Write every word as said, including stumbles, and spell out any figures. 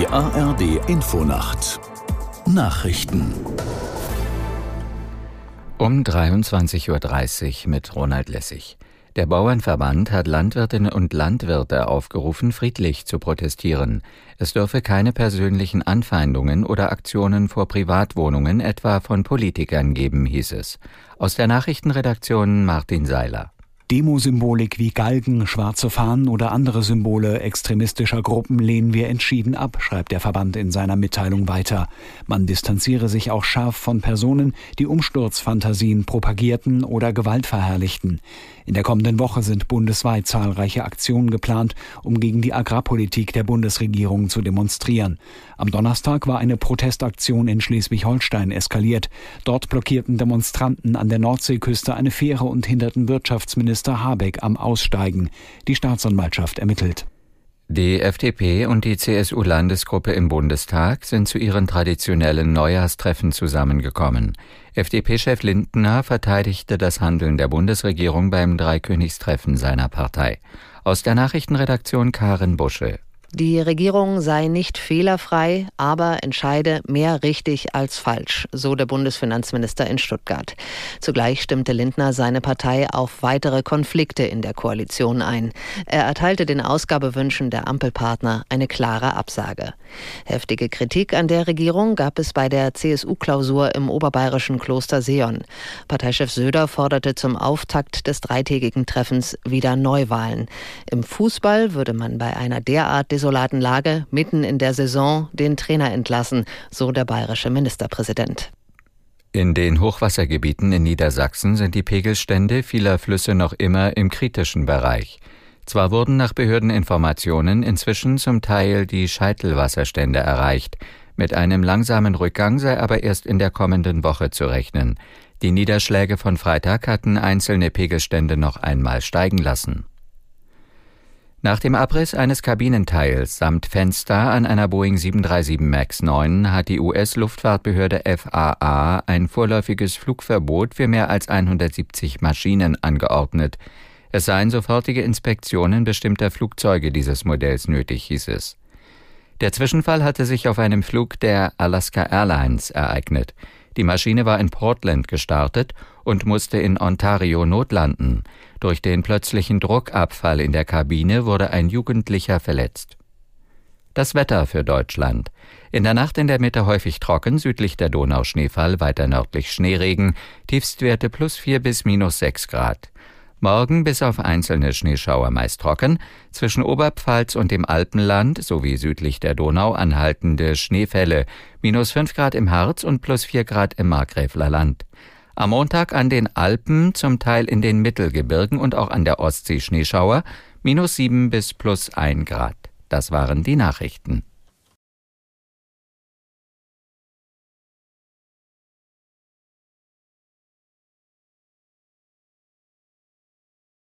A R D Infonacht Nachrichten um dreiundzwanzig Uhr dreißig mit Ronald Lessig. Der Bauernverband hat Landwirtinnen und Landwirte aufgerufen, friedlich zu protestieren. Es dürfe keine persönlichen Anfeindungen oder Aktionen vor Privatwohnungen, etwa von Politikern, geben, hieß es. Aus der Nachrichtenredaktion Martin Seiler. Demosymbolik wie Galgen, schwarze Fahnen oder andere Symbole extremistischer Gruppen lehnen wir entschieden ab, schreibt der Verband in seiner Mitteilung weiter. Man distanziere sich auch scharf von Personen, die Umsturzfantasien propagierten oder Gewalt verherrlichten. In der kommenden Woche sind bundesweit zahlreiche Aktionen geplant, um gegen die Agrarpolitik der Bundesregierung zu demonstrieren. Am Donnerstag war eine Protestaktion in Schleswig-Holstein eskaliert. Dort blockierten Demonstranten an der Nordseeküste eine Fähre und hinderten Wirtschaftsminister Habeck am Aussteigen. Die Staatsanwaltschaft ermittelt. Die F D P und die C S U-Landesgruppe im Bundestag sind zu ihren traditionellen Neujahrstreffen zusammengekommen. F D P-Chef Lindner verteidigte das Handeln der Bundesregierung beim Dreikönigstreffen seiner Partei. Aus der Nachrichtenredaktion Karin Busche. Die Regierung sei nicht fehlerfrei, aber entscheide mehr richtig als falsch, so der Bundesfinanzminister in Stuttgart. Zugleich stimmte Lindner seine Partei auf weitere Konflikte in der Koalition ein. Er erteilte den Ausgabewünschen der Ampelpartner eine klare Absage. Heftige Kritik an der Regierung gab es bei der C S U-Klausur im oberbayerischen Kloster Seeon. Parteichef Söder forderte zum Auftakt des dreitägigen Treffens wieder Neuwahlen. Im Fußball würde man bei einer derart desolaten Lage mitten in der Saison den Trainer entlassen, so der bayerische Ministerpräsident. In den Hochwassergebieten in Niedersachsen sind die Pegelstände vieler Flüsse noch immer im kritischen Bereich. Zwar wurden nach Behördeninformationen inzwischen zum Teil die Scheitelwasserstände erreicht. Mit einem langsamen Rückgang sei aber erst in der kommenden Woche zu rechnen. Die Niederschläge von Freitag hatten einzelne Pegelstände noch einmal steigen lassen. Nach dem Abriss eines Kabinenteils samt Fenster an einer Boeing sieben drei sieben Max neun hat die U S-Luftfahrtbehörde F A A ein vorläufiges Flugverbot für mehr als hundertsiebzig Maschinen angeordnet. Es seien sofortige Inspektionen bestimmter Flugzeuge dieses Modells nötig, hieß es. Der Zwischenfall hatte sich auf einem Flug der Alaska Airlines ereignet. Die Maschine war in Portland gestartet und musste in Ontario notlanden. Durch den plötzlichen Druckabfall in der Kabine wurde ein Jugendlicher verletzt. Das Wetter für Deutschland. In der Nacht in der Mitte häufig trocken, südlich der Donau Schneefall, weiter nördlich Schneeregen, Tiefstwerte plus vier bis minus sechs Grad. Morgen bis auf einzelne Schneeschauer meist trocken, zwischen Oberpfalz und dem Alpenland sowie südlich der Donau anhaltende Schneefälle, minus fünf Grad im Harz und plus vier Grad im Markgräfler Land. Am Montag an den Alpen, zum Teil in den Mittelgebirgen und auch an der Ostsee Schneeschauer, minus sieben bis plus ein Grad. Das waren die Nachrichten.